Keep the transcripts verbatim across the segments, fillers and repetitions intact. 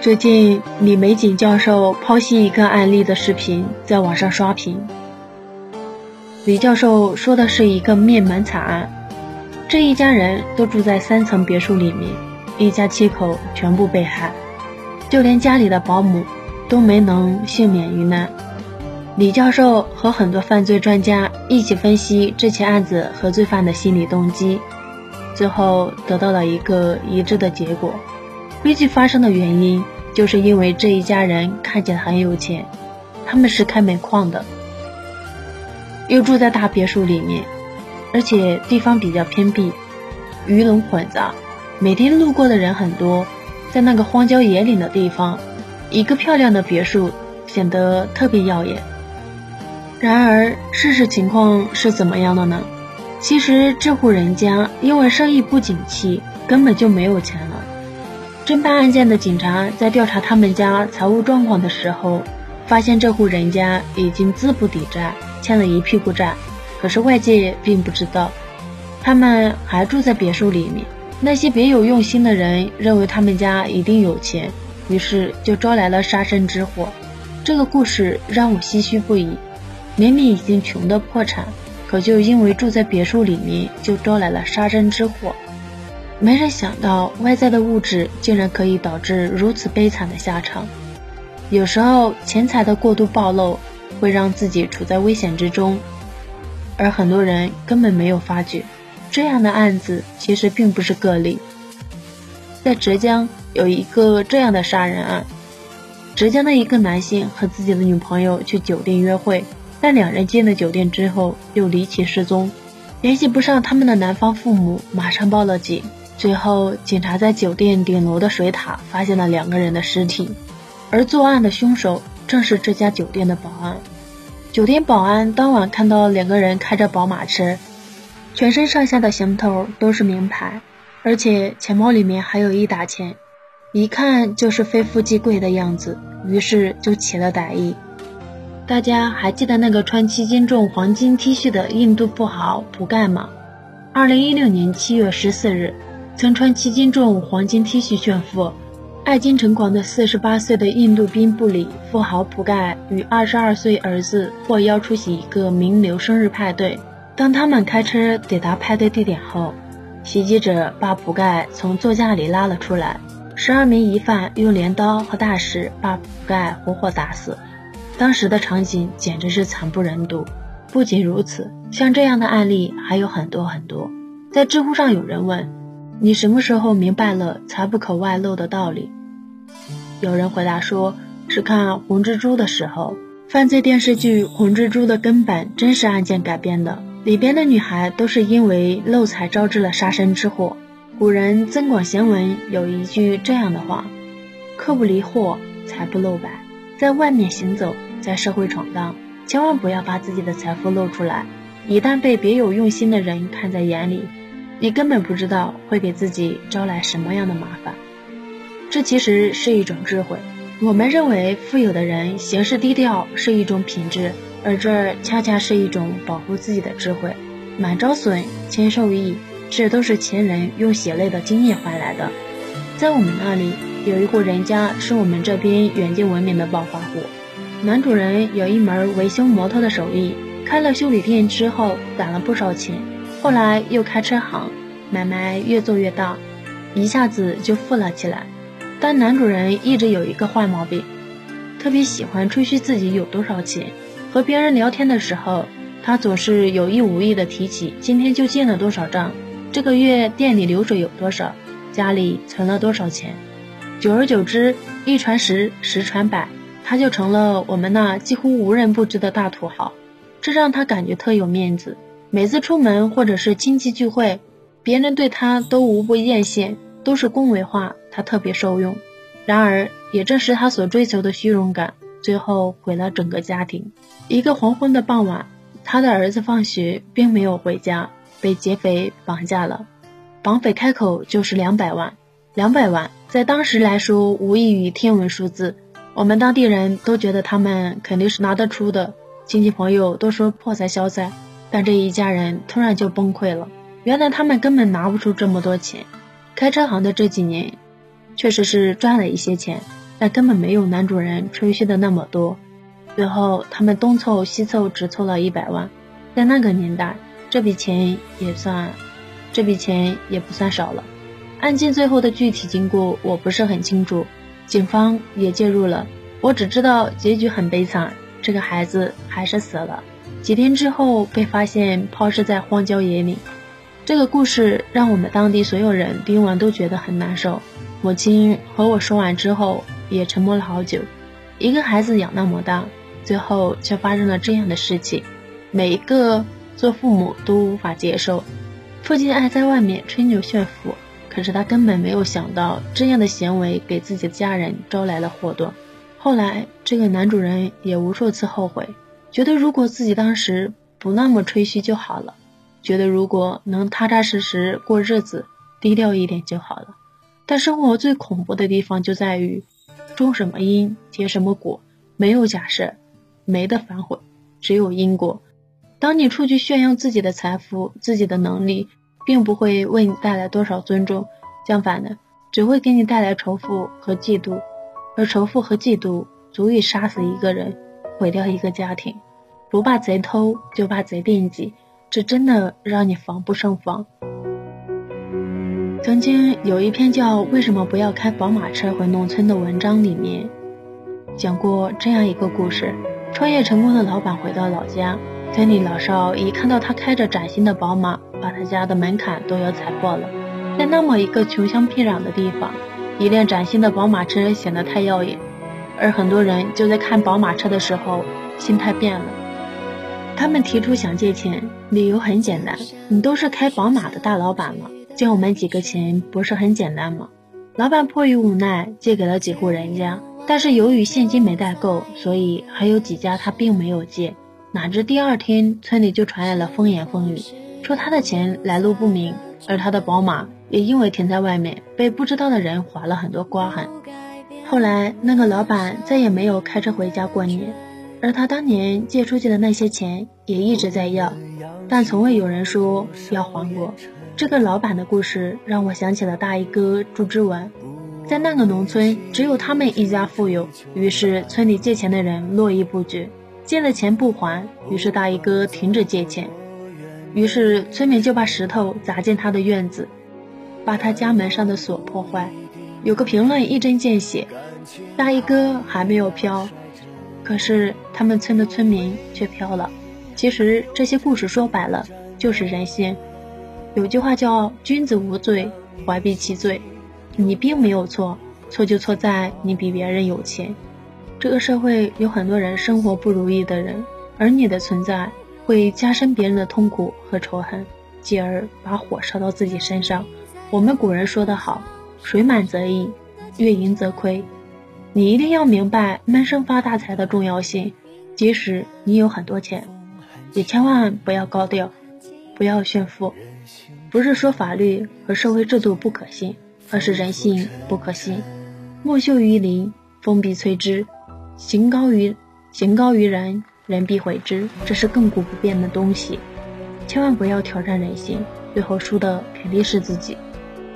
最近李玫瑾教授剖析一个案例的视频在网上刷屏。李教授说的是一个灭门惨案，这一家人都住在三层别墅里面，一家七口全部被害，就连家里的保姆都没能幸免于难。李教授和很多犯罪专家一起分析这起案子和罪犯的心理动机，最后得到了一个一致的结果。悲剧发生的原因就是因为这一家人看起来很有钱，他们是开煤矿的，又住在大别墅里面，而且地方比较偏僻，鱼龙混杂，每天路过的人很多。在那个荒郊野岭的地方，一个漂亮的别墅显得特别耀眼。然而事实情况是怎么样的呢？其实这户人家因为生意不景气，根本就没有钱了。侦办案件的警察在调查他们家财务状况的时候，发现这户人家已经资不抵债，欠了一屁股债，可是外界并不知道，他们还住在别墅里面。那些别有用心的人认为他们家一定有钱，于是就招来了杀身之祸。这个故事让我唏嘘不已，明明已经穷得破产，可就因为住在别墅里面就招来了杀身之祸。没人想到外在的物质竟然可以导致如此悲惨的下场。有时候钱财的过度暴露会让自己处在危险之中，而很多人根本没有发觉。这样的案子其实并不是个例。在浙江有一个这样的杀人案，浙江的一个男性和自己的女朋友去酒店约会，但两人进了酒店之后又离奇失踪，联系不上他们的男方父母，马上报了警。最后警察在酒店顶楼的水塔发现了两个人的尸体，而作案的凶手正是这家酒店的保安。酒店保安当晚看到两个人开着宝马车，全身上下的行头都是名牌，而且钱包里面还有一沓钱，一看就是非富即贵的样子，于是就起了歹意。大家还记得那个穿七斤重黄金 T 恤的印度富豪普盖吗？二零一六年七月十四日，曾穿七斤重黄金 T 恤炫富、爱金成狂的四十八岁的印度宾布里富豪普盖与二十二岁儿子获邀出席一个名流生日派对。当他们开车抵达派对地点后，袭击者把普盖从座驾里拉了出来，十二名疑犯用镰刀和大石把普盖活活打死。当时的场景简直是惨不忍睹。不仅如此，像这样的案例还有很多很多。在知乎上有人问，你什么时候明白了财不可外露的道理？有人回答说，是看红蜘蛛的时候。犯罪电视剧《红蜘蛛》的根本真实案件改编的，里边的女孩都是因为漏财招致了杀身之祸。古人增广贤文有一句这样的话，客不离货，财不露白。在外面行走，在社会闯荡，千万不要把自己的财富露出来，一旦被别有用心的人看在眼里，你根本不知道会给自己招来什么样的麻烦。这其实是一种智慧。我们认为富有的人行事低调是一种品质，而这恰恰是一种保护自己的智慧。满招损，谦受益，这都是前人用血泪的经验换来的。在我们那里有一户人家是我们这边远近闻名的暴发户，男主人有一门维修摩托的手艺，开了修理店之后攒了不少钱，后来又开车行，买卖越做越大，一下子就富了起来。但男主人一直有一个坏毛病，特别喜欢吹嘘自己有多少钱。和别人聊天的时候，他总是有意无意地提起今天就进了多少账，这个月店里流水有多少，家里存了多少钱。久而久之，一传十，十传百，他就成了我们那几乎无人不知的大土豪。这让他感觉特有面子，每次出门或者是亲戚聚会，别人对他都无不艳羡，都是恭维话，他特别受用。然而也正是他所追求的虚荣感，最后毁了整个家庭。一个黄昏的傍晚，他的儿子放学并没有回家，被劫匪绑架了。绑匪开口就是两百万，两百万在当时来说无异于天文数字，我们当地人都觉得他们肯定是拿得出的，亲戚朋友都说破财消灾。但这一家人突然就崩溃了，原来他们根本拿不出这么多钱。开车行的这几年确实是赚了一些钱， 但根本没有男主人吹嘘的那么多。最后他们东凑西凑，只凑了一百万，在那个年代，这笔钱也算，这笔钱也不算少了。案件最后的具体经过我不是很清楚，警方也介入了，我只知道结局很悲惨，这个孩子还是死了。几天之后被发现抛尸在荒郊野岭。这个故事让我们当地所有人听完都觉得很难受。母亲和我说完之后也沉默了好久。一个孩子养那么大，最后却发生了这样的事情，每一个做父母都无法接受。父亲爱在外面吹牛炫富，可是他根本没有想到这样的行为给自己的家人招来了祸端。后来这个男主人也无数次后悔，觉得如果自己当时不那么吹嘘就好了，觉得如果能踏踏实实过日子，低调一点就好了。但生活最恐怖的地方就在于种什么因结什么果，没有假设，没得反悔，只有因果。当你出去炫耀自己的财富，自己的能力并不会为你带来多少尊重，相反的，只会给你带来仇富和嫉妒，而仇富和嫉妒足以杀死一个人，毁掉一个家庭。不怕贼偷，就怕贼惦记，这真的让你防不胜防。曾经有一篇叫《为什么不要开宝马车回农村》的文章，里面讲过这样一个故事。创业成功的老板回到老家，村里老少一看到他开着崭新的宝马，把他家的门槛都要踩破了。在那么一个穷乡僻壤的地方，一辆崭新的宝马车显得太耀眼，而很多人就在看宝马车的时候心态变了。他们提出想借钱，理由很简单，你都是开宝马的大老板了，借我们几个钱不是很简单吗？老板迫于无奈借给了几户人家，但是由于现金没带够，所以还有几家他并没有借。哪知第二天村里就传来了风言风语，说他的钱来路不明，而他的宝马也因为停在外面被不知道的人划了很多刮痕。后来那个老板再也没有开车回家过年，而他当年借出去的那些钱也一直在要，但从未有人说要还过。这个老板的故事让我想起了大衣哥朱之文。在那个农村只有他们一家富有，于是村里借钱的人络绎不绝，借了钱不还，于是大衣哥停止借钱，于是村民就把石头砸进他的院子，把他家门上的锁破坏。有个评论一针见血，大衣哥还没有飘，可是他们村的村民却飘了。其实这些故事说白了就是人性。有句话叫君子无罪，怀璧其罪。你并没有错，错就错在你比别人有钱。这个社会有很多人生活不如意的人，而你的存在会加深别人的痛苦和仇恨，继而把火烧到自己身上。我们古人说得好，水满则溢，月盈则亏。你一定要明白闷声发大财的重要性，即使你有很多钱，也千万不要高调，不要炫富。不是说法律和社会制度不可信，而是人性不可信。木秀于林，风必摧之；行高于行高于人，人必毁之。这是亘古不变的东西，千万不要挑战人性，最后输的肯定是自己。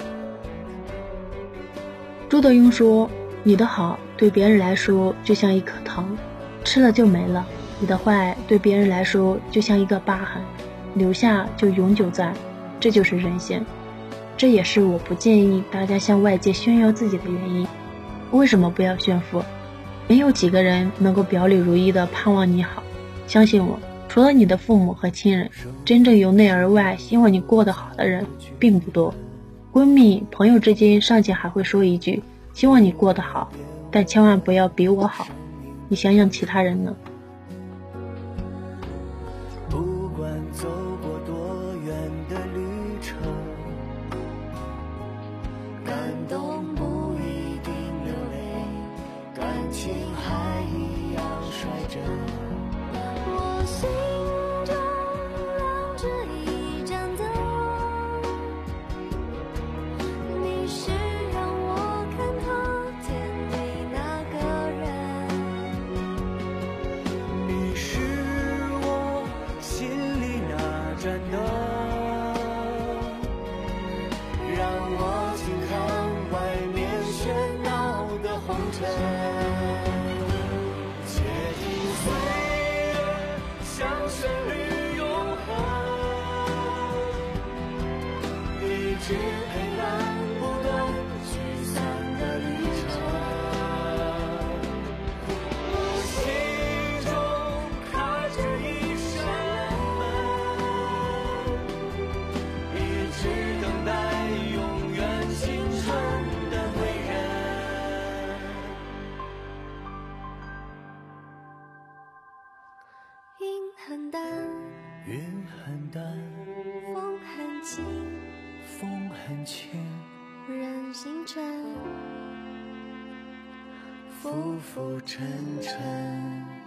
朱德庸说，你的好对别人来说就像一颗糖，吃了就没了；你的坏对别人来说就像一个疤痕，留下就永久在。这就是人性，这也是我不建议大家向外界炫耀自己的原因。为什么不要炫富？没有几个人能够表里如一的盼望你好，相信我，除了你的父母和亲人，真正由内而外希望你过得好的人并不多。闺蜜朋友之间尚且还会说一句希望你过得好，但千万不要比我好。你想想其他人呢？ 不管走过多远的旅程，感动不一定流泪，感情还一样率真。我心中亮着一盏灯，你是让我看透天地那个人，你是我心里那盏灯，让我静看外面喧闹的红尘。 直陪伴不断聚散的旅程。我心中开着一扇门，一直等待永远青春的归人。云很淡， 云很淡， 风很轻， 风很轻， 人心沉， 浮浮沉沉。